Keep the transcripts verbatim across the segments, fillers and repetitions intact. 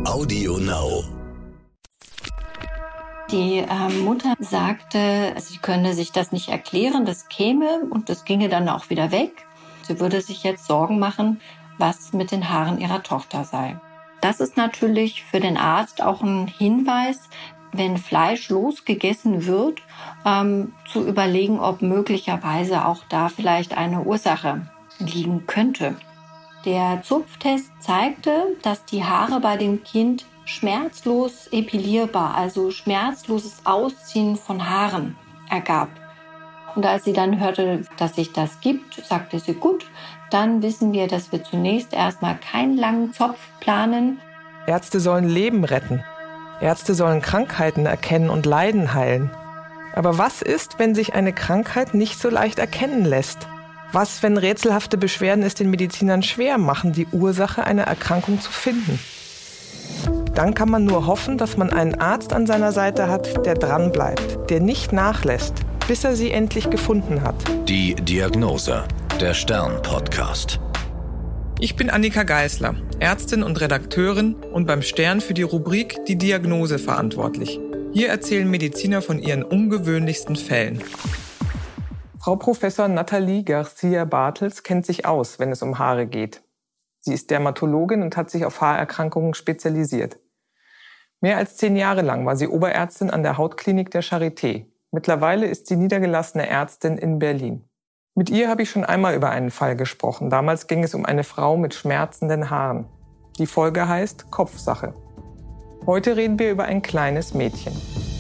Audio Now. Die äh, Mutter sagte, sie könne sich das nicht erklären, das käme und das ginge dann auch wieder weg. Sie würde sich jetzt Sorgen machen, was mit den Haaren ihrer Tochter sei. Das ist natürlich für den Arzt auch ein Hinweis, wenn fleischlos gegessen wird, ähm, zu überlegen, ob möglicherweise auch da vielleicht eine Ursache liegen könnte. Der Zupftest zeigte, dass die Haare bei dem Kind schmerzlos epilierbar, also schmerzloses Ausziehen von Haaren ergab. Und als sie dann hörte, dass sich das gibt, sagte sie, gut, dann wissen wir, dass wir zunächst erstmal keinen langen Zopf planen. Ärzte sollen Leben retten. Ärzte sollen Krankheiten erkennen und Leiden heilen. Aber was ist, wenn sich eine Krankheit nicht so leicht erkennen lässt? Was, wenn rätselhafte Beschwerden es den Medizinern schwer machen, die Ursache einer Erkrankung zu finden? Dann kann man nur hoffen, dass man einen Arzt an seiner Seite hat, der dranbleibt, der nicht nachlässt, bis er sie endlich gefunden hat. Die Diagnose, der Stern-Podcast. Ich bin Annika Geisler, Ärztin und Redakteurin und beim Stern für die Rubrik Die Diagnose verantwortlich. Hier erzählen Mediziner von ihren ungewöhnlichsten Fällen. Frau Professor Nathalie Garcia-Bartels kennt sich aus, wenn es um Haare geht. Sie ist Dermatologin und hat sich auf Haarerkrankungen spezialisiert. Mehr als zehn Jahre lang war sie Oberärztin an der Hautklinik der Charité. Mittlerweile ist sie niedergelassene Ärztin in Berlin. Mit ihr habe ich schon einmal über einen Fall gesprochen. Damals ging es um eine Frau mit schmerzenden Haaren. Die Folge heißt Kopfsache. Heute reden wir über ein kleines Mädchen.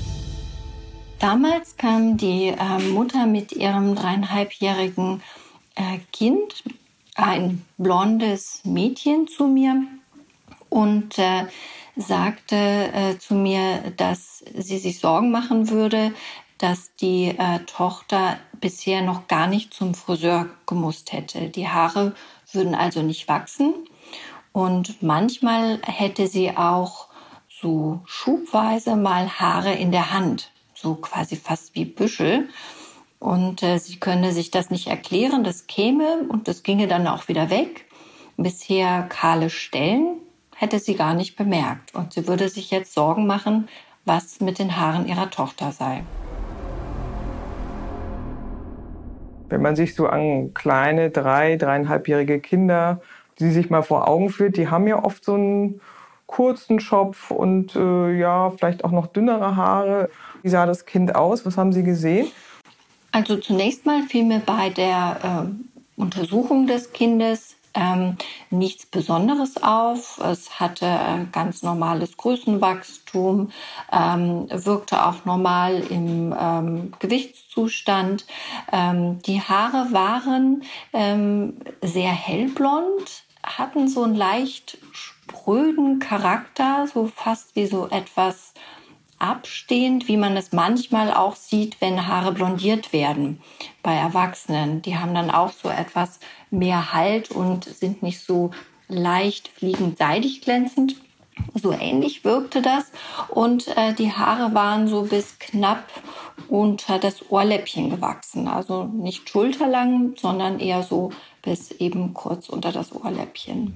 Damals kam die äh, Mutter mit ihrem dreieinhalbjährigen äh, Kind, ein blondes Mädchen, zu mir und äh, sagte äh, zu mir, dass sie sich Sorgen machen würde, dass die äh, Tochter bisher noch gar nicht zum Friseur gemusst hätte. Die Haare würden also nicht wachsen und manchmal hätte sie auch so schubweise mal Haare in der Hand, so quasi fast wie Büschel. Und äh, sie könne sich das nicht erklären, das käme und das ginge dann auch wieder weg. Bisher kahle Stellen hätte sie gar nicht bemerkt und sie würde sich jetzt Sorgen machen, was mit den Haaren ihrer Tochter sei. Wenn man sich so an kleine, drei-, dreieinhalbjährige Kinder, die sich mal vor Augen führt, die haben ja oft so einen kurzen Schopf und äh, ja, vielleicht auch noch dünnere Haare. Wie sah das Kind aus? Was haben Sie gesehen? Also zunächst mal fiel mir bei der äh, Untersuchung des Kindes ähm, nichts Besonderes auf. Es hatte ein ganz normales Größenwachstum, ähm, wirkte auch normal im ähm, Gewichtszustand. Ähm, die Haare waren ähm, sehr hellblond, hatten so einen leicht spröden Charakter, so fast wie so etwas abstehend, wie man es manchmal auch sieht, wenn Haare blondiert werden bei Erwachsenen. Die haben dann auch so etwas mehr Halt und sind nicht so leicht fliegend seidig glänzend. So ähnlich wirkte das. Und äh, die Haare waren so bis knapp unter das Ohrläppchen gewachsen. Also nicht schulterlang, sondern eher so bis eben kurz unter das Ohrläppchen.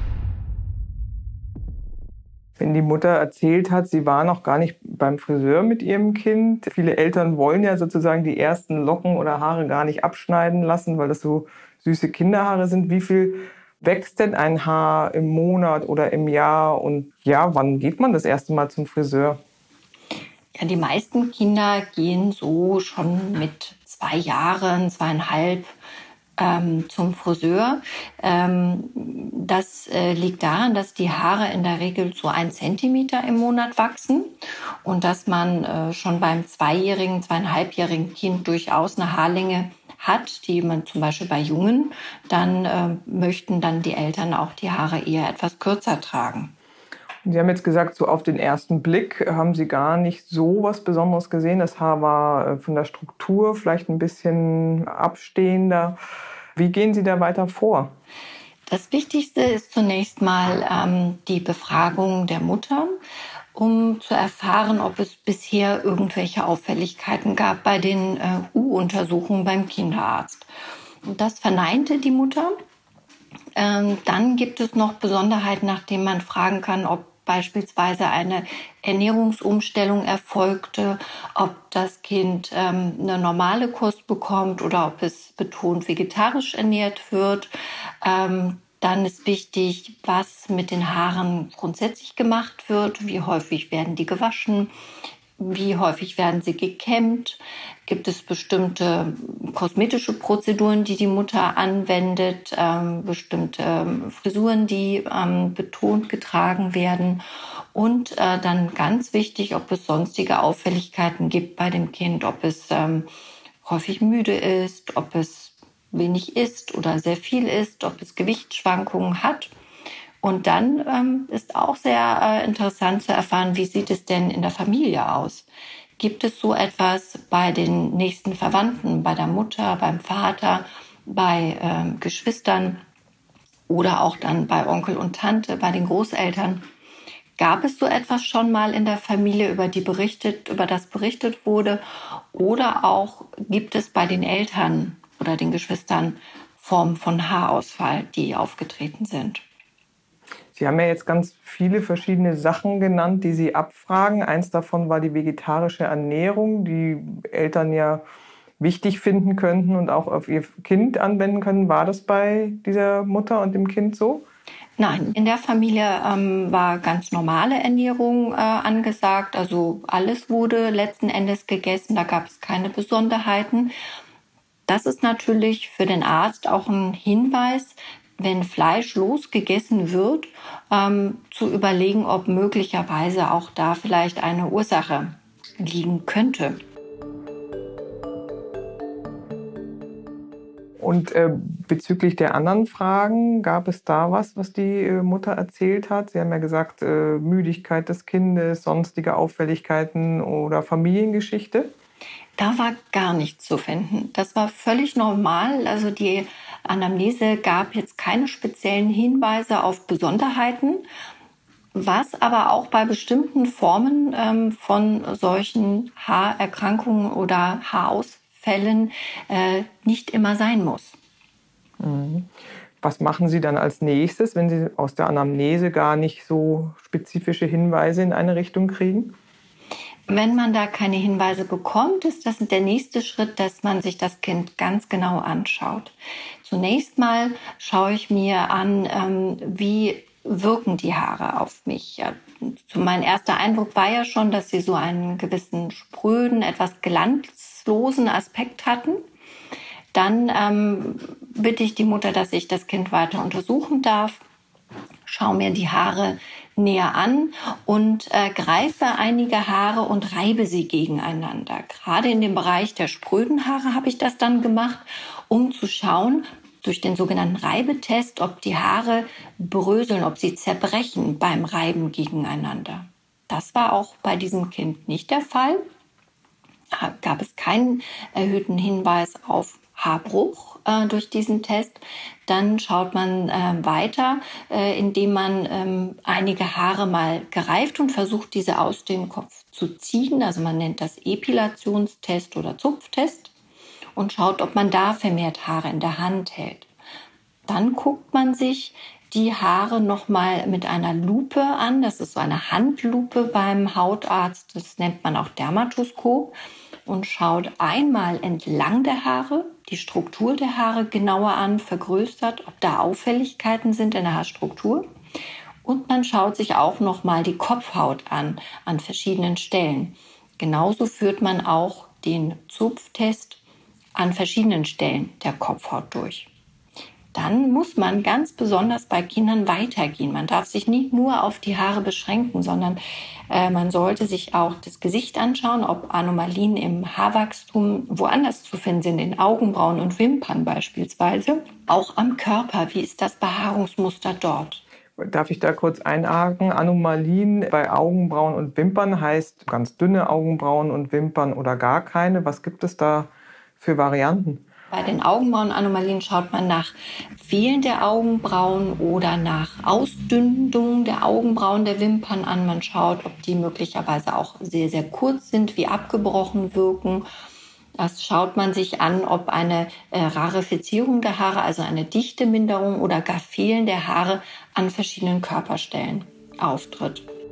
Wenn die Mutter erzählt hat, sie war noch gar nicht beim Friseur mit ihrem Kind. Viele Eltern wollen ja sozusagen die ersten Locken oder Haare gar nicht abschneiden lassen, weil das so süße Kinderhaare sind. Wie viel wächst denn ein Haar im Monat oder im Jahr? Und ja, wann geht man das erste Mal zum Friseur? Ja, die meisten Kinder gehen so schon mit zwei Jahren, zweieinhalb Ähm, zum Friseur. Ähm, das äh, liegt daran, dass die Haare in der Regel so ein Zentimeter im Monat wachsen und dass man äh, schon beim zweijährigen, zweieinhalbjährigen Kind durchaus eine Haarlänge hat, die man zum Beispiel bei Jungen, dann äh, möchten dann die Eltern auch die Haare eher etwas kürzer tragen. Sie haben jetzt gesagt, so auf den ersten Blick haben Sie gar nicht so was Besonderes gesehen. Das Haar war von der Struktur vielleicht ein bisschen abstehender. Wie gehen Sie da weiter vor? Das Wichtigste ist zunächst mal ähm, die Befragung der Mutter, um zu erfahren, ob es bisher irgendwelche Auffälligkeiten gab bei den äh, U-Untersuchungen beim Kinderarzt. Und das verneinte die Mutter. Ähm, dann gibt es noch Besonderheiten, nach denen man fragen kann, ob beispielsweise eine Ernährungsumstellung erfolgte, ob das Kind ähm, eine normale Kost bekommt oder ob es betont vegetarisch ernährt wird. Ähm, dann ist wichtig, was mit den Haaren grundsätzlich gemacht wird, wie häufig werden die gewaschen, wie häufig werden sie gekämmt, gibt es bestimmte kosmetische Prozeduren, die die Mutter anwendet, ähm, bestimmte ähm, Frisuren, die ähm, betont getragen werden und äh, dann ganz wichtig, ob es sonstige Auffälligkeiten gibt bei dem Kind, ob es ähm, häufig müde ist, ob es wenig isst oder sehr viel isst, ob es Gewichtsschwankungen hat. Und dann ähm, ist auch sehr äh, interessant zu erfahren, wie sieht es denn in der Familie aus? Gibt es so etwas bei den nächsten Verwandten, bei der Mutter, beim Vater, bei ähm, Geschwistern oder auch dann bei Onkel und Tante, bei den Großeltern? Gab es so etwas schon mal in der Familie, über die berichtet, über das berichtet wurde? Oder auch gibt es bei den Eltern oder den Geschwistern Formen von Haarausfall, die aufgetreten sind? Sie haben ja jetzt ganz viele verschiedene Sachen genannt, die Sie abfragen. Eins davon war die vegetarische Ernährung, die Eltern ja wichtig finden könnten und auch auf ihr Kind anwenden können. War das bei dieser Mutter und dem Kind so? Nein, in der Familie ähm, war ganz normale Ernährung äh, angesagt. Also alles wurde letzten Endes gegessen, da gab es keine Besonderheiten. Das ist natürlich für den Arzt auch ein Hinweis, wenn fleischlos gegessen wird, ähm, zu überlegen, ob möglicherweise auch da vielleicht eine Ursache liegen könnte. Und äh, bezüglich der anderen Fragen, gab es da was, was die äh, Mutter erzählt hat? Sie haben ja gesagt, äh, Müdigkeit des Kindes, sonstige Auffälligkeiten oder Familiengeschichte. Da war gar nichts zu finden. Das war völlig normal. Also die Anamnese gab jetzt keine speziellen Hinweise auf Besonderheiten, was aber auch bei bestimmten Formen ähm, von solchen Haarerkrankungen oder Haarausfällen äh, nicht immer sein muss. Mhm. Was machen Sie dann als nächstes, wenn Sie aus der Anamnese gar nicht so spezifische Hinweise in eine Richtung kriegen? Wenn man da keine Hinweise bekommt, ist das der nächste Schritt, dass man sich das Kind ganz genau anschaut. Zunächst mal schaue ich mir an, ähm, wie wirken die Haare auf mich. Ja, mein erster Eindruck war ja schon, dass sie so einen gewissen spröden, etwas glanzlosen Aspekt hatten. Dann ähm, bitte ich die Mutter, dass ich das Kind weiter untersuchen darf. Schaue mir die Haare näher an und äh, greife einige Haare und reibe sie gegeneinander. Gerade in dem Bereich der spröden Haare habe ich das dann gemacht, um zu schauen, durch den sogenannten Reibetest, ob die Haare bröseln, ob sie zerbrechen beim Reiben gegeneinander. Das war auch bei diesem Kind nicht der Fall. Da gab es keinen erhöhten Hinweis auf Haarbruch äh, durch diesen Test. Dann schaut man äh, weiter, äh, indem man ähm, einige Haare mal gereift und versucht, diese aus dem Kopf zu ziehen. Also man nennt das Epilationstest oder Zupftest und schaut, ob man da vermehrt Haare in der Hand hält. Dann guckt man sich die Haare nochmal mit einer Lupe an. Das ist so eine Handlupe beim Hautarzt. Das nennt man auch Dermatoskop. Und schaut einmal entlang der Haare, die Struktur der Haare genauer an, vergrößert, ob da Auffälligkeiten sind in der Haarstruktur. Und man schaut sich auch nochmal die Kopfhaut an, an verschiedenen Stellen. Genauso führt man auch den Zupftest an verschiedenen Stellen der Kopfhaut durch. Dann muss man ganz besonders bei Kindern weitergehen. Man darf sich nicht nur auf die Haare beschränken, sondern äh, man sollte sich auch das Gesicht anschauen, ob Anomalien im Haarwachstum woanders zu finden sind, in Augenbrauen und Wimpern beispielsweise. Auch am Körper, wie ist das Behaarungsmuster dort? Darf ich da kurz einhaken? Anomalien bei Augenbrauen und Wimpern heißt ganz dünne Augenbrauen und Wimpern oder gar keine. Was gibt es da für Varianten? Bei den Augenbrauenanomalien schaut man nach Fehlen der Augenbrauen oder nach Ausdünnung der Augenbrauen der Wimpern an. Man schaut, ob die möglicherweise auch sehr, sehr kurz sind, wie abgebrochen wirken. Das schaut man sich an, ob eine äh, Rarifizierung der Haare, also eine Dichteminderung oder gar Fehlen der Haare an verschiedenen Körperstellen auftritt.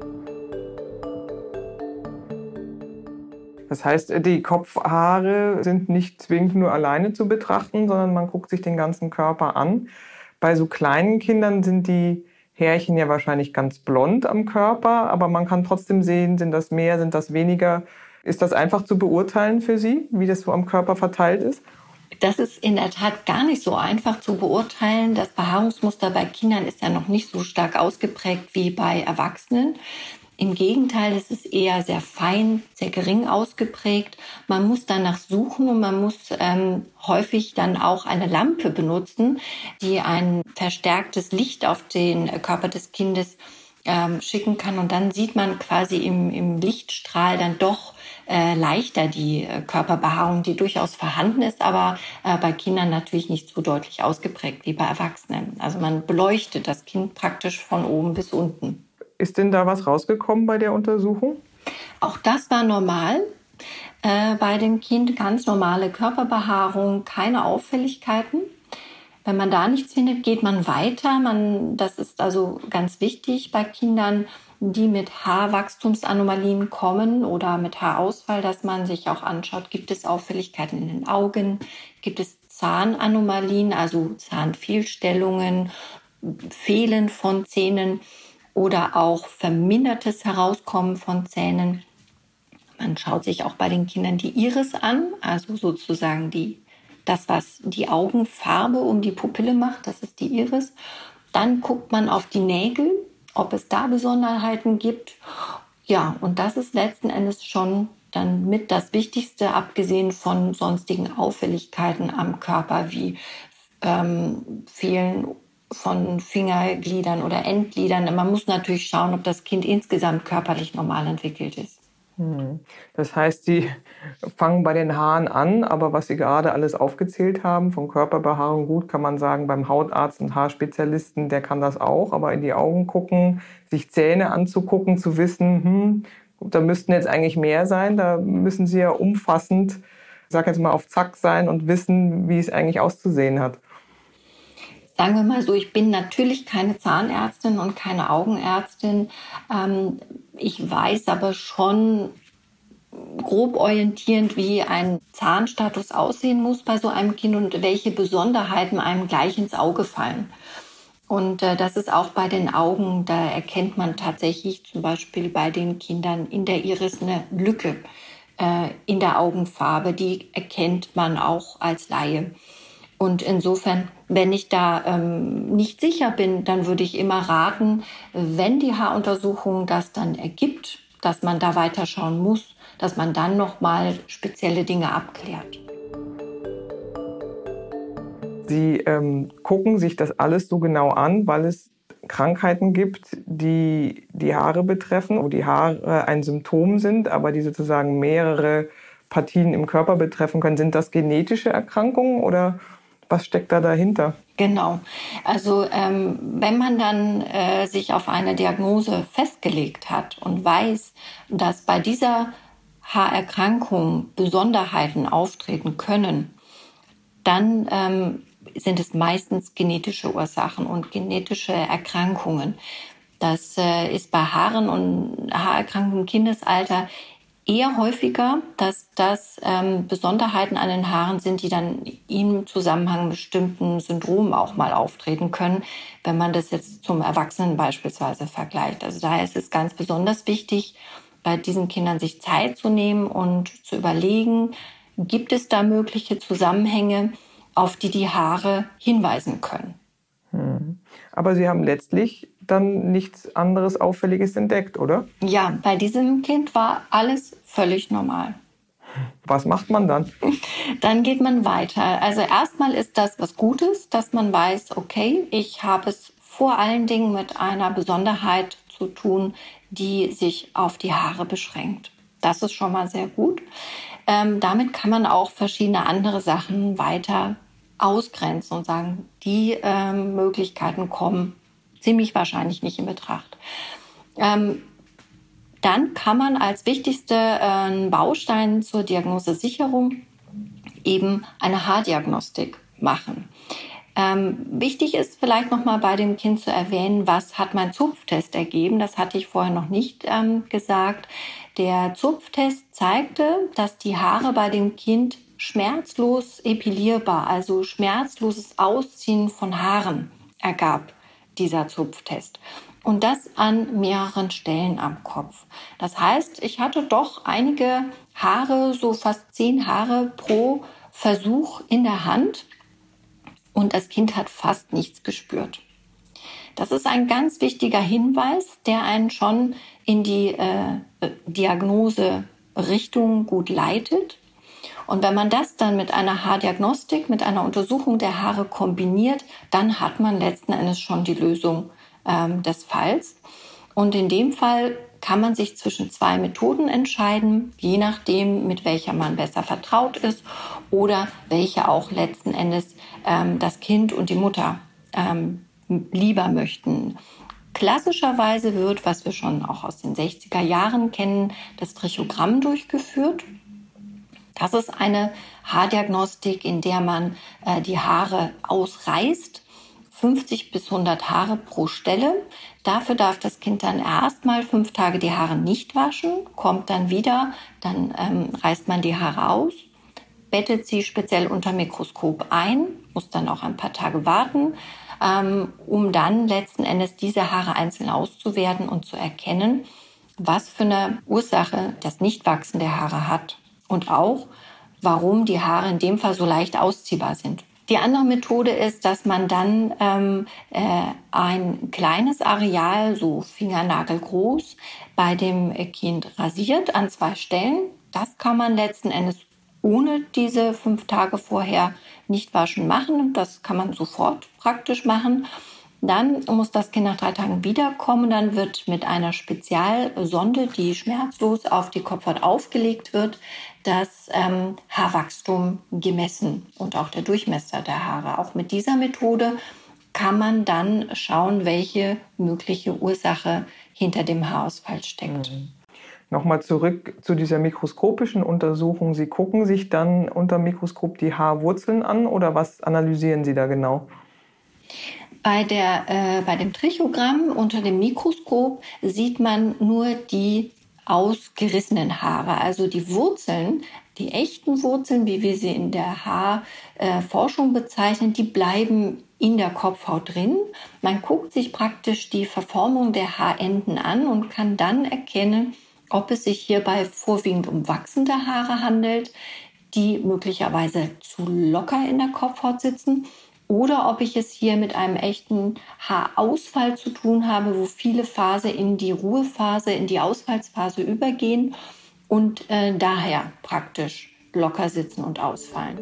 Das heißt, die Kopfhaare sind nicht zwingend nur alleine zu betrachten, sondern man guckt sich den ganzen Körper an. Bei so kleinen Kindern sind die Härchen ja wahrscheinlich ganz blond am Körper, aber man kann trotzdem sehen, sind das mehr, sind das weniger. Ist das einfach zu beurteilen für Sie, wie das so am Körper verteilt ist? Das ist in der Tat gar nicht so einfach zu beurteilen. Das Behaarungsmuster bei Kindern ist ja noch nicht so stark ausgeprägt wie bei Erwachsenen. Im Gegenteil, es ist eher sehr fein, sehr gering ausgeprägt. Man muss danach suchen und man muss ähm, häufig dann auch eine Lampe benutzen, die ein verstärktes Licht auf den Körper des Kindes ähm, schicken kann. Und dann sieht man quasi im, im Lichtstrahl dann doch äh, leichter die äh, Körperbehaarung, die durchaus vorhanden ist, aber äh, bei Kindern natürlich nicht so deutlich ausgeprägt wie bei Erwachsenen. Also man beleuchtet das Kind praktisch von oben bis unten. Ist denn da was rausgekommen bei der Untersuchung? Auch das war normal. Äh, bei dem Kind ganz normale Körperbehaarung, keine Auffälligkeiten. Wenn man da nichts findet, geht man weiter. Man, das ist also ganz wichtig bei Kindern, die mit Haarwachstumsanomalien kommen oder mit Haarausfall, dass man sich auch anschaut, gibt es Auffälligkeiten in den Augen, gibt es Zahnanomalien, also Zahnfehlstellungen, Fehlen von Zähnen oder auch vermindertes Herauskommen von Zähnen. Man schaut sich auch bei den Kindern die Iris an, also sozusagen die, das, was die Augenfarbe um die Pupille macht, das ist die Iris. Dann guckt man auf die Nägel, ob es da Besonderheiten gibt. Ja, und das ist letzten Endes schon dann mit das Wichtigste, abgesehen von sonstigen Auffälligkeiten am Körper, wie ähm, Fehlen von Fingergliedern oder Endgliedern. Man muss natürlich schauen, ob das Kind insgesamt körperlich normal entwickelt ist. Das heißt, Sie fangen bei den Haaren an, aber was Sie gerade alles aufgezählt haben, von Körperbehaarung, gut, kann man sagen, beim Hautarzt und Haarspezialisten, der kann das auch, aber in die Augen gucken, sich Zähne anzugucken, zu wissen, hm, da müssten jetzt eigentlich mehr sein, da müssen Sie ja umfassend, ich sag jetzt mal, auf Zack sein und wissen, wie es eigentlich auszusehen hat. Sagen wir mal so, ich bin natürlich keine Zahnärztin und keine Augenärztin. Ähm, ich weiß aber schon grob orientierend, wie ein Zahnstatus aussehen muss bei so einem Kind und welche Besonderheiten einem gleich ins Auge fallen. Und äh, das ist auch bei den Augen, da erkennt man tatsächlich zum Beispiel bei den Kindern in der Iris eine Lücke äh, in der Augenfarbe. Die erkennt man auch als Laie. Und insofern, wenn ich da ähm, nicht sicher bin, dann würde ich immer raten, wenn die Haaruntersuchung das dann ergibt, dass man da weiterschauen muss, dass man dann nochmal spezielle Dinge abklärt. Sie ähm, gucken sich das alles so genau an, weil es Krankheiten gibt, die die Haare betreffen, wo die Haare ein Symptom sind, aber die sozusagen mehrere Partien im Körper betreffen können. Sind das genetische Erkrankungen oder was steckt da dahinter? Genau. Also ähm, wenn man dann äh, sich auf eine Diagnose festgelegt hat und weiß, dass bei dieser Haarerkrankung Besonderheiten auftreten können, dann ähm, sind es meistens genetische Ursachen und genetische Erkrankungen. Das äh, ist bei Haaren und Haarerkrankungen im Kindesalter eher häufiger, dass das ähm, Besonderheiten an den Haaren sind, die dann im Zusammenhang mit bestimmten Syndromen auch mal auftreten können, wenn man das jetzt zum Erwachsenen beispielsweise vergleicht. Also daher ist es ganz besonders wichtig, bei diesen Kindern sich Zeit zu nehmen und zu überlegen, gibt es da mögliche Zusammenhänge, auf die die Haare hinweisen können. Hm. Aber Sie haben letztlich dann nichts anderes Auffälliges entdeckt, oder? Ja, bei diesem Kind war alles völlig normal. Was macht man dann? Dann geht man weiter. Also erstmal ist das was Gutes, dass man weiß, okay, ich habe es vor allen Dingen mit einer Besonderheit zu tun, die sich auf die Haare beschränkt. Das ist schon mal sehr gut. Ähm, damit kann man auch verschiedene andere Sachen weiter ausgrenzen und sagen, die ähm, Möglichkeiten kommen ziemlich wahrscheinlich nicht in Betracht. Ähm, dann kann man als wichtigste äh, Baustein zur Diagnosesicherung eben eine Haardiagnostik machen. Ähm, wichtig ist vielleicht nochmal bei dem Kind zu erwähnen, was hat mein Zupftest ergeben. Das hatte ich vorher noch nicht ähm, gesagt. Der Zupftest zeigte, dass die Haare bei dem Kind schmerzlos epilierbar, also schmerzloses Ausziehen von Haaren ergab, dieser Zupftest. Und das an mehreren Stellen am Kopf. Das heißt, ich hatte doch einige Haare, so fast zehn Haare pro Versuch in der Hand. Und das Kind hat fast nichts gespürt. Das ist ein ganz wichtiger Hinweis, der einen schon in die äh, Diagnoserichtung gut leitet. Und wenn man das dann mit einer Haardiagnostik, mit einer Untersuchung der Haare kombiniert, dann hat man letzten Endes schon die Lösung ähm, des Falls. Und in dem Fall kann man sich zwischen zwei Methoden entscheiden, je nachdem, mit welcher man besser vertraut ist oder welche auch letzten Endes ähm, das Kind und die Mutter ähm, lieber möchten. Klassischerweise wird, was wir schon auch aus den sechziger Jahren kennen, das Trichogramm durchgeführt. Das ist eine Haardiagnostik, in der man äh, die Haare ausreißt, fünfzig bis hundert Haare pro Stelle. Dafür darf das Kind dann erstmal fünf Tage die Haare nicht waschen, kommt dann wieder, dann ähm, reißt man die Haare aus, bettet sie speziell unter Mikroskop ein, muss dann auch ein paar Tage warten, ähm, um dann letzten Endes diese Haare einzeln auszuwerten und zu erkennen, was für eine Ursache das Nichtwachsen der Haare hat und auch, warum die Haare in dem Fall so leicht ausziehbar sind. Die andere Methode ist, dass man dann ähm, äh, ein kleines Areal, so fingernagelgroß, bei dem Kind rasiert an zwei Stellen. Das kann man letzten Endes ohne diese fünf Tage vorher nicht waschen machen. Das kann man sofort praktisch machen. Dann muss das Kind nach drei Tagen wiederkommen. Dann wird mit einer Spezialsonde, die schmerzlos auf die Kopfhaut aufgelegt wird, das ähm, Haarwachstum gemessen und auch der Durchmesser der Haare. Auch mit dieser Methode kann man dann schauen, welche mögliche Ursache hinter dem Haarausfall steckt. Mhm. Nochmal zurück zu dieser mikroskopischen Untersuchung. Sie gucken sich dann unter dem Mikroskop die Haarwurzeln an oder was analysieren Sie da genau? Bei, der, äh, bei dem Trichogramm unter dem Mikroskop sieht man nur die ausgerissenen Haare, also die Wurzeln, die echten Wurzeln, wie wir sie in der Haarforschung äh, bezeichnen, die bleiben in der Kopfhaut drin. Man guckt sich praktisch die Verformung der Haarenden an und kann dann erkennen, ob es sich hierbei vorwiegend um wachsende Haare handelt, die möglicherweise zu locker in der Kopfhaut sitzen, oder ob ich es hier mit einem echten Haarausfall zu tun habe, wo viele Phasen in die Ruhephase, in die Ausfallsphase übergehen und äh, daher praktisch locker sitzen und ausfallen.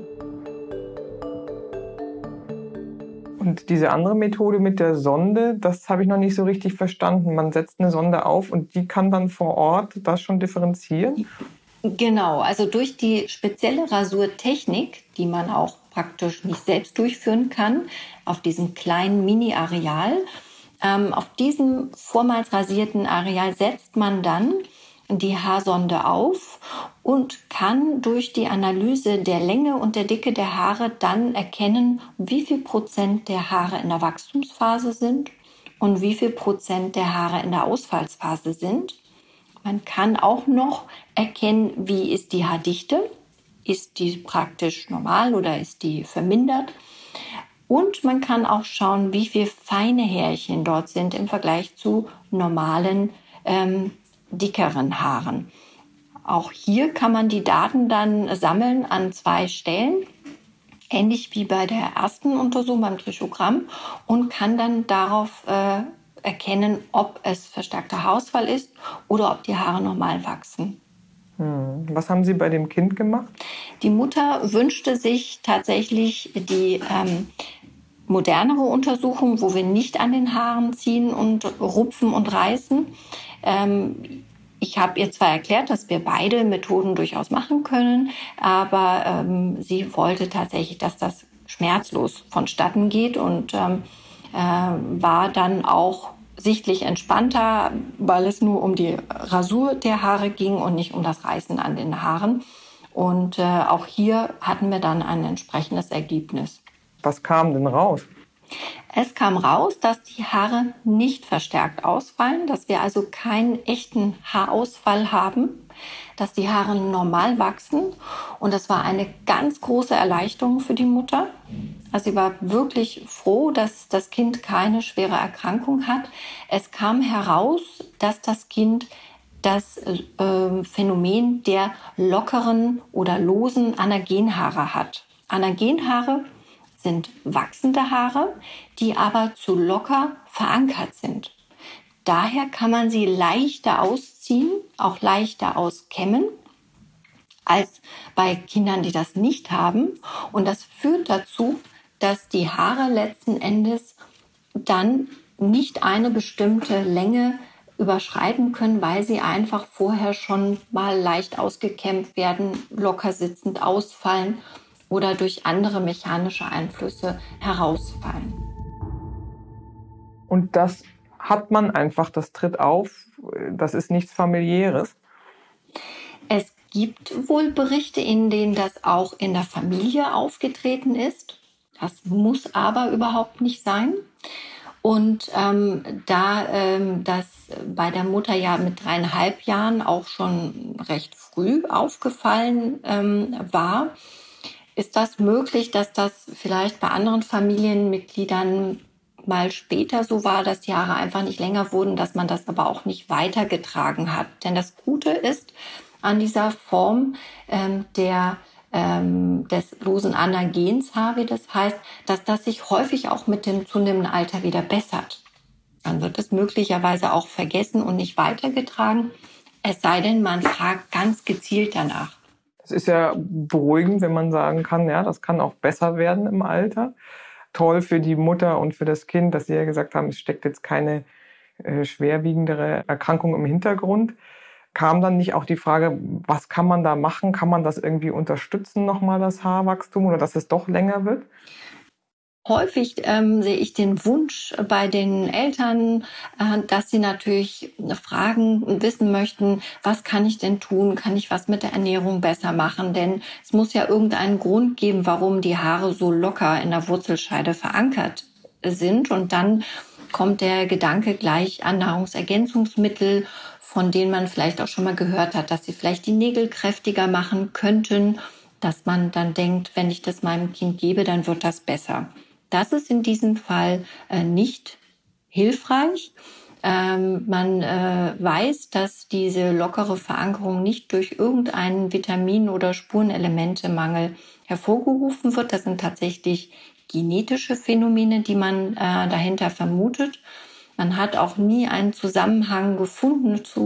Und diese andere Methode mit der Sonde, das habe ich noch nicht so richtig verstanden. Man setzt eine Sonde auf und die kann dann vor Ort das schon differenzieren? Genau, also durch die spezielle Rasurtechnik, die man auch praktisch nicht selbst durchführen kann, auf diesem kleinen Mini-Areal, ähm, auf diesem vormals rasierten Areal setzt man dann die Haarsonde auf und kann durch die Analyse der Länge und der Dicke der Haare dann erkennen, wie viel Prozent der Haare in der Wachstumsphase sind und wie viel Prozent der Haare in der Ausfallsphase sind. Man kann auch noch erkennen, wie ist die Haardichte. Ist die praktisch normal oder ist die vermindert? Und man kann auch schauen, wie viele feine Härchen dort sind im Vergleich zu normalen, ähm, dickeren Haaren. Auch hier kann man die Daten dann sammeln an zwei Stellen, ähnlich wie bei der ersten Untersuchung beim Trichogramm, und kann dann darauf äh, erkennen, ob es verstärkter Haarausfall ist oder ob die Haare normal wachsen. Was haben Sie bei dem Kind gemacht? Die Mutter wünschte sich tatsächlich die ähm, modernere Untersuchung, wo wir nicht an den Haaren ziehen und rupfen und reißen. Ähm, ich habe ihr zwar erklärt, dass wir beide Methoden durchaus machen können, aber ähm, sie wollte tatsächlich, dass das schmerzlos vonstatten geht und ähm, äh, war dann auch sichtlich entspannter, weil es nur um die Rasur der Haare ging und nicht um das Reißen an den Haaren. Und äh, auch hier hatten wir dann ein entsprechendes Ergebnis. Was kam denn raus? Es kam raus, dass die Haare nicht verstärkt ausfallen, dass wir also keinen echten Haarausfall haben, dass die Haare normal wachsen. Und das war eine ganz große Erleichterung für die Mutter. Also sie war wirklich froh, dass das Kind keine schwere Erkrankung hat. Es kam heraus, dass das Kind das äh, Phänomen der lockeren oder losen Anagenhaare hat. Anagenhaare sind wachsende Haare, die aber zu locker verankert sind. Daher kann man sie leichter ausziehen, auch leichter auskämmen, als bei Kindern, die das nicht haben. Und das führt dazu, dass die Haare letzten Endes dann nicht eine bestimmte Länge überschreiten können, weil sie einfach vorher schon mal leicht ausgekämmt werden, locker sitzend ausfallen oder durch andere mechanische Einflüsse herausfallen. Und das hat man einfach, das tritt auf, das ist nichts Familiäres? Es gibt wohl Berichte, in denen das auch in der Familie aufgetreten ist. Das muss aber überhaupt nicht sein. Und ähm, da ähm, das bei der Mutter ja mit dreieinhalb Jahren auch schon recht früh aufgefallen ähm, war, ist das möglich, dass das vielleicht bei anderen Familienmitgliedern mal später so war, dass die Haare einfach nicht länger wurden, dass man das aber auch nicht weitergetragen hat. Denn das Gute ist an dieser Form ähm, der, ähm, des losen Anagens-Haar, wie das heißt, dass das sich häufig auch mit dem zunehmenden Alter wieder bessert. Dann wird es möglicherweise auch vergessen und nicht weitergetragen, es sei denn, man fragt ganz gezielt danach. Es ist ja beruhigend, wenn man sagen kann, ja, das kann auch besser werden im Alter. Toll für die Mutter und für das Kind, dass Sie ja gesagt haben, es steckt jetzt keine äh, schwerwiegendere Erkrankung im Hintergrund. Kam dann nicht auch die Frage, was kann man da machen? Kann man das irgendwie unterstützen, nochmal das Haarwachstum, oder dass es doch länger wird? Häufig ähm, sehe ich den Wunsch bei den Eltern, äh, dass sie natürlich fragen und wissen möchten, was kann ich denn tun? Kann ich was mit der Ernährung besser machen? Denn es muss ja irgendeinen Grund geben, warum die Haare so locker in der Wurzelscheide verankert sind. Und dann kommt der Gedanke gleich an Nahrungsergänzungsmittel, von denen man vielleicht auch schon mal gehört hat, dass sie vielleicht die Nägel kräftiger machen könnten, dass man dann denkt, wenn ich das meinem Kind gebe, dann wird das besser. Das ist in diesem Fall äh, nicht hilfreich. Ähm, man äh, weiß, dass diese lockere Verankerung nicht durch irgendeinen Vitamin- oder Spurenelementemangel hervorgerufen wird. Das sind tatsächlich genetische Phänomene, die man äh, dahinter vermutet. Man hat auch nie einen Zusammenhang gefunden zu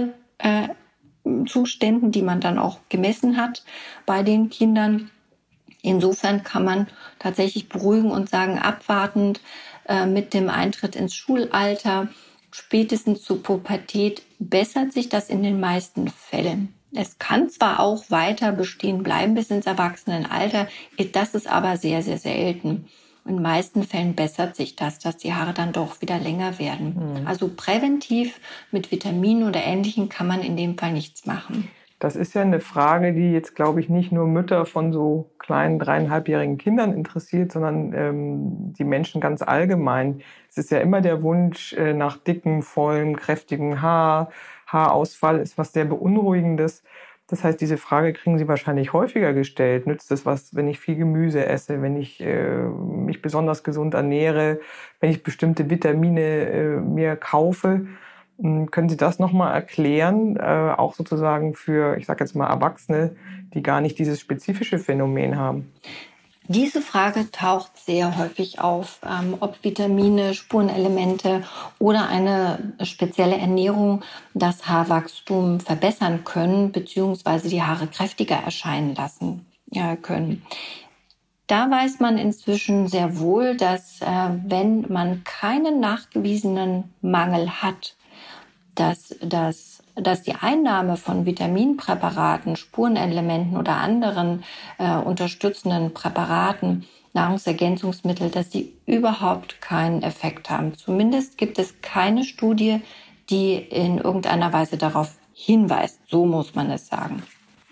Mangelzuständen, äh, die man dann auch gemessen hat bei den Kindern. Insofern kann man tatsächlich beruhigen und sagen, abwartend äh, mit dem Eintritt ins Schulalter, spätestens zur Pubertät, bessert sich das in den meisten Fällen. Es kann zwar auch weiter bestehen bleiben bis ins Erwachsenenalter, das ist aber sehr, sehr selten. In den meisten Fällen bessert sich das, dass die Haare dann doch wieder länger werden. Mhm. Also präventiv mit Vitaminen oder Ähnlichem kann man in dem Fall nichts machen. Das ist ja eine Frage, die jetzt, glaube ich, nicht nur Mütter von so kleinen dreieinhalbjährigen Kindern interessiert, sondern ähm, die Menschen ganz allgemein. Es ist ja immer der Wunsch äh, nach dickem, vollem, kräftigem Haar. Haarausfall ist was sehr Beunruhigendes. Das heißt, diese Frage kriegen Sie wahrscheinlich häufiger gestellt. Nützt es was, wenn ich viel Gemüse esse, wenn ich äh, mich besonders gesund ernähre, wenn ich bestimmte Vitamine äh, mir kaufe? Können Sie das nochmal erklären, äh, auch sozusagen für, ich sage jetzt mal, Erwachsene, die gar nicht dieses spezifische Phänomen haben? Diese Frage taucht sehr häufig auf, ähm, ob Vitamine, Spurenelemente oder eine spezielle Ernährung das Haarwachstum verbessern können, beziehungsweise die Haare kräftiger erscheinen lassen äh, können. Da weiß man inzwischen sehr wohl, dass äh, wenn man keinen nachgewiesenen Mangel hat, dass, dass, dass die Einnahme von Vitaminpräparaten, Spurenelementen oder anderen äh, unterstützenden Präparaten, Nahrungsergänzungsmittel, dass die überhaupt keinen Effekt haben. Zumindest gibt es keine Studie, die in irgendeiner Weise darauf hinweist. So muss man es sagen. Es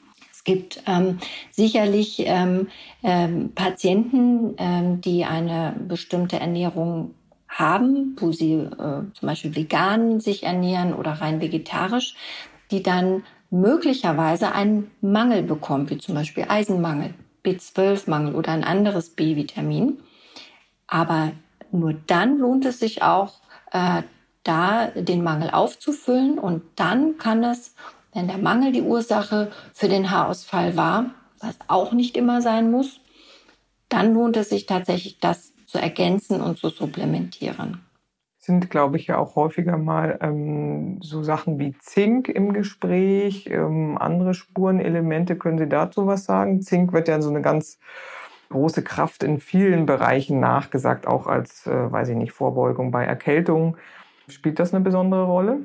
gibt ähm, sicherlich ähm, ähm, Patienten, ähm, die eine bestimmte Ernährung haben, wo sie äh, zum Beispiel vegan sich ernähren oder rein vegetarisch, die dann möglicherweise einen Mangel bekommen, wie zum Beispiel Eisenmangel, B zwölf Mangel oder ein anderes B-Vitamin. Aber nur dann lohnt es sich auch, äh, da den Mangel aufzufüllen, und dann kann es, wenn der Mangel die Ursache für den Haarausfall war, was auch nicht immer sein muss, dann lohnt es sich tatsächlich, das zu ergänzen und zu supplementieren. Sind, glaube ich, ja auch häufiger mal ähm, so Sachen wie Zink im Gespräch, ähm, andere Spurenelemente. Können Sie dazu was sagen? Zink wird ja so eine ganz große Kraft in vielen Bereichen nachgesagt, auch als, äh, weiß ich nicht, Vorbeugung bei Erkältung. Spielt das eine besondere Rolle?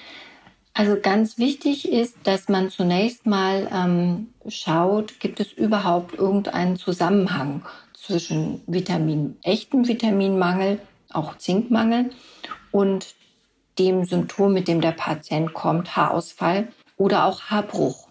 Also ganz wichtig ist, dass man zunächst mal ähm, schaut, gibt es überhaupt irgendeinen Zusammenhang zwischen Vitamin, echtem Vitaminmangel, auch Zinkmangel, und dem Symptom, mit dem der Patient kommt, Haarausfall oder auch Haarbruch.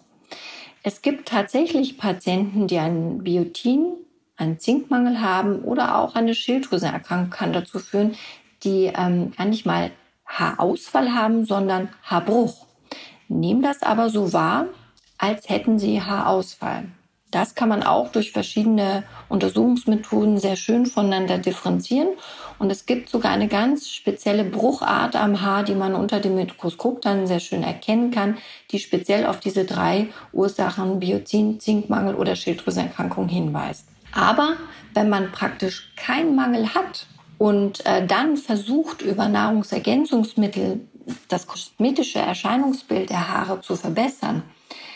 Es gibt tatsächlich Patienten, die einen Biotin, einen Zinkmangel haben oder auch eine Schilddrüsenerkrankung kann dazu führen, die ähm, gar nicht mal Haarausfall haben, sondern Haarbruch. Nehmen das aber so wahr, als hätten sie Haarausfall. Das kann man auch durch verschiedene Untersuchungsmethoden sehr schön voneinander differenzieren. Und es gibt sogar eine ganz spezielle Bruchart am Haar, die man unter dem Mikroskop dann sehr schön erkennen kann, die speziell auf diese drei Ursachen Biotin, Zinkmangel oder Schilddrüsenerkrankung hinweist. Aber wenn man praktisch keinen Mangel hat und äh, dann versucht, über Nahrungsergänzungsmittel das kosmetische Erscheinungsbild der Haare zu verbessern,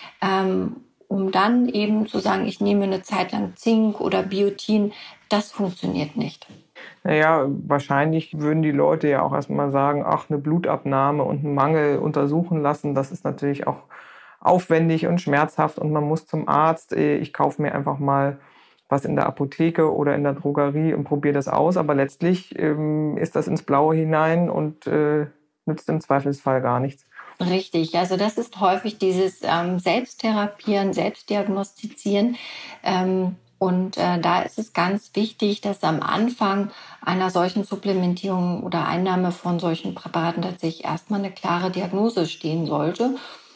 ähm, um dann eben zu sagen, ich nehme eine Zeit lang Zink oder Biotin, das funktioniert nicht. Naja, wahrscheinlich würden die Leute ja auch erstmal sagen, ach, eine Blutabnahme und einen Mangel untersuchen lassen, das ist natürlich auch aufwendig und schmerzhaft und man muss zum Arzt. Ich kaufe mir einfach mal was in der Apotheke oder in der Drogerie und probiere das aus. Aber letztlich ähm, ist das ins Blaue hinein und äh, nützt im Zweifelsfall gar nichts. Richtig, also das ist häufig dieses ähm, Selbsttherapieren, Selbstdiagnostizieren. Ähm, und äh, da ist es ganz wichtig, dass am Anfang einer solchen Supplementierung oder Einnahme von solchen Präparaten tatsächlich erstmal eine klare Diagnose stehen sollte.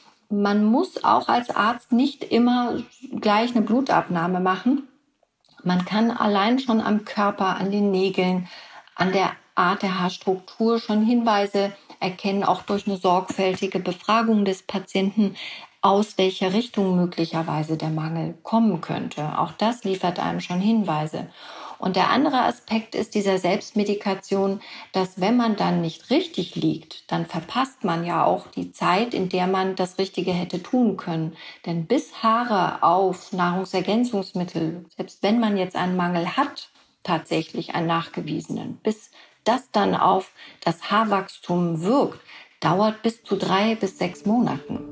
Man muss auch als Arzt nicht immer gleich eine Blutabnahme machen. Man kann allein schon am Körper, an den Nägeln, an der Art der Haarstruktur schon Hinweise erkennen, auch durch eine sorgfältige Befragung des Patienten, aus welcher Richtung möglicherweise der Mangel kommen könnte. Auch das liefert einem schon Hinweise. Und der andere Aspekt ist dieser Selbstmedikation, dass wenn man dann nicht richtig liegt, dann verpasst man ja auch die Zeit, in der man das Richtige hätte tun können. Denn bis Haare auf Nahrungsergänzungsmittel, selbst wenn man jetzt einen Mangel hat, tatsächlich einen nachgewiesenen, bis das dann auf das Haarwachstum wirkt, dauert bis zu drei bis sechs Monaten.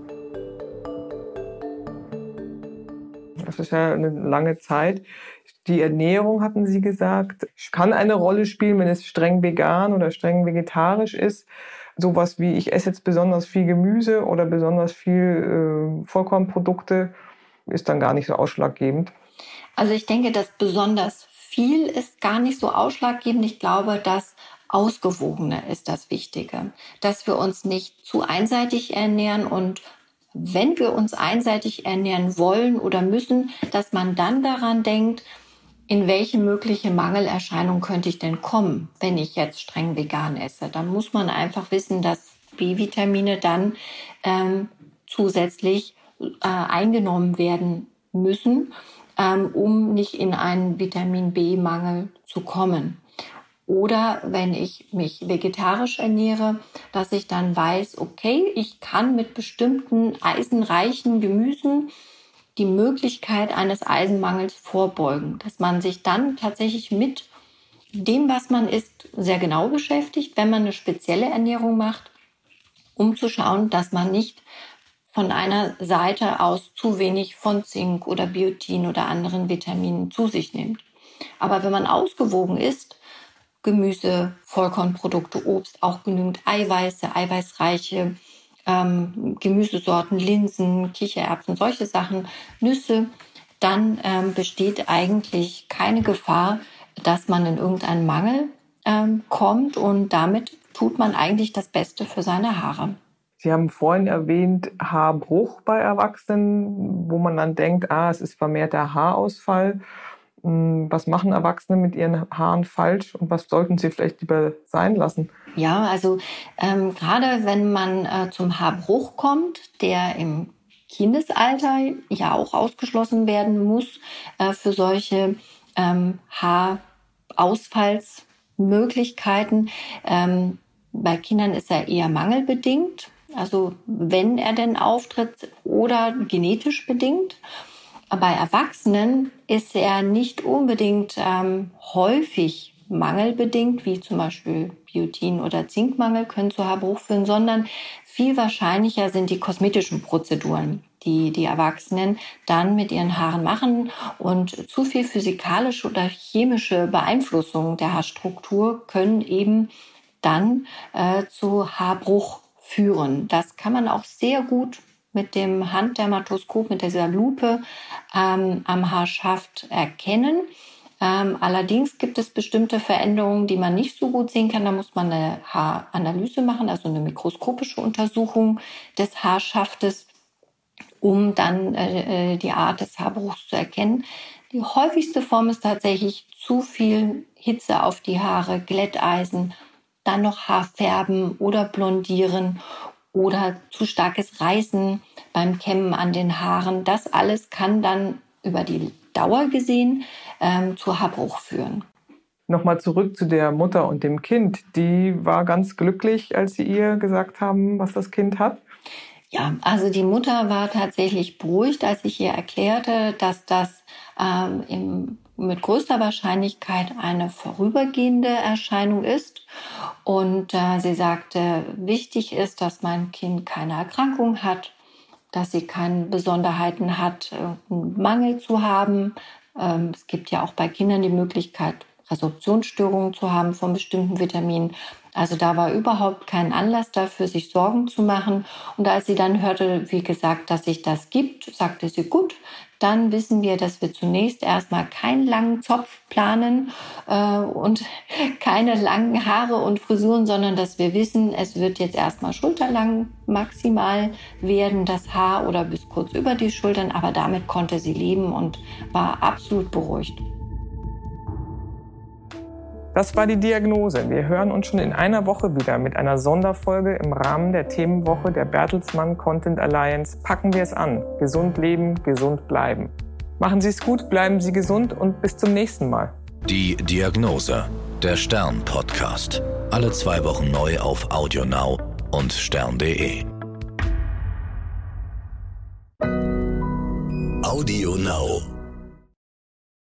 Das ist ja eine lange Zeit. Die Ernährung, hatten Sie gesagt, kann eine Rolle spielen, wenn es streng vegan oder streng vegetarisch ist. Sowas wie, ich esse jetzt besonders viel Gemüse oder besonders viel äh, Vollkornprodukte, ist dann gar nicht so ausschlaggebend. Also ich denke, dass besonders viel ist gar nicht so ausschlaggebend. Ich glaube, das Ausgewogene ist das Wichtige. Dass wir uns nicht zu einseitig ernähren und wenn wir uns einseitig ernähren wollen oder müssen, dass man dann daran denkt, in welche mögliche Mangelerscheinung könnte ich denn kommen, wenn ich jetzt streng vegan esse. Dann muss man einfach wissen, dass B-Vitamine dann ähm, zusätzlich äh, eingenommen werden müssen, ähm, um nicht in einen Vitamin-B-Mangel zu kommen. Oder wenn ich mich vegetarisch ernähre, dass ich dann weiß, okay, ich kann mit bestimmten eisenreichen Gemüsen die Möglichkeit eines Eisenmangels vorbeugen. Dass man sich dann tatsächlich mit dem, was man isst, sehr genau beschäftigt, wenn man eine spezielle Ernährung macht, um zu schauen, dass man nicht von einer Seite aus zu wenig von Zink oder Biotin oder anderen Vitaminen zu sich nimmt. Aber wenn man ausgewogen isst, Gemüse, Vollkornprodukte, Obst, auch genügend Eiweiße, eiweißreiche ähm, Gemüsesorten, Linsen, Kichererbsen, solche Sachen, Nüsse, dann ähm, besteht eigentlich keine Gefahr, dass man in irgendeinen Mangel ähm, kommt und damit tut man eigentlich das Beste für seine Haare. Sie haben vorhin erwähnt, Haarbruch bei Erwachsenen, wo man dann denkt, ah, es ist vermehrter Haarausfall. Was machen Erwachsene mit ihren Haaren falsch und was sollten sie vielleicht lieber sein lassen? Ja, also ähm, gerade wenn man äh, zum Haarbruch kommt, der im Kindesalter ja auch ausgeschlossen werden muss äh, für solche ähm, Haarausfallsmöglichkeiten. Ähm, bei Kindern ist er eher mangelbedingt, also wenn er denn auftritt, oder genetisch bedingt. Bei Erwachsenen ist er nicht unbedingt ähm, häufig mangelbedingt, wie zum Beispiel Biotin- oder Zinkmangel können zu Haarbruch führen, sondern viel wahrscheinlicher sind die kosmetischen Prozeduren, die die Erwachsenen dann mit ihren Haaren machen. Und zu viel physikalische oder chemische Beeinflussung der Haarstruktur können eben dann äh, zu Haarbruch führen. Das kann man auch sehr gut mit dem Handdermatoskop, mit dieser Lupe ähm, am Haarschaft erkennen. Ähm, allerdings gibt es bestimmte Veränderungen, die man nicht so gut sehen kann. Da muss man eine Haaranalyse machen, also eine mikroskopische Untersuchung des Haarschaftes, um dann äh, die Art des Haarbruchs zu erkennen. Die häufigste Form ist tatsächlich zu viel Hitze auf die Haare, Glätteisen, dann noch Haarfärben oder Blondieren oder zu starkes Reißen beim Kämmen an den Haaren. Das alles kann dann über die Dauer gesehen ähm, zu Haarbruch führen. Nochmal zurück zu der Mutter und dem Kind. Die war ganz glücklich, als Sie ihr gesagt haben, was das Kind hat? Ja, also die Mutter war tatsächlich beruhigt, als ich ihr erklärte, dass das ähm, im, mit größter Wahrscheinlichkeit eine vorübergehende Erscheinung ist. Und äh, sie sagte, wichtig ist, dass mein Kind keine Erkrankung hat, dass sie keine Besonderheiten hat, einen Mangel zu haben. Ähm, es gibt ja auch bei Kindern die Möglichkeit, Resorptionsstörungen zu haben von bestimmten Vitaminen. Also da war überhaupt kein Anlass dafür, sich Sorgen zu machen. Und als sie dann hörte, wie gesagt, dass sich das gibt, sagte sie, gut, dann wissen wir, dass wir zunächst erstmal keinen langen Zopf planen äh, und keine langen Haare und Frisuren, sondern dass wir wissen, es wird jetzt erstmal schulterlang maximal werden, das Haar, oder bis kurz über die Schultern. Aber damit konnte sie leben und war absolut beruhigt. Das war die Diagnose. Wir hören uns schon in einer Woche wieder mit einer Sonderfolge im Rahmen der Themenwoche der Bertelsmann Content Alliance. Packen wir es an. Gesund leben, gesund bleiben. Machen Sie es gut, bleiben Sie gesund und bis zum nächsten Mal. Die Diagnose, der Stern-Podcast. Alle zwei Wochen neu auf AudioNow und stern punkt de. AudioNow.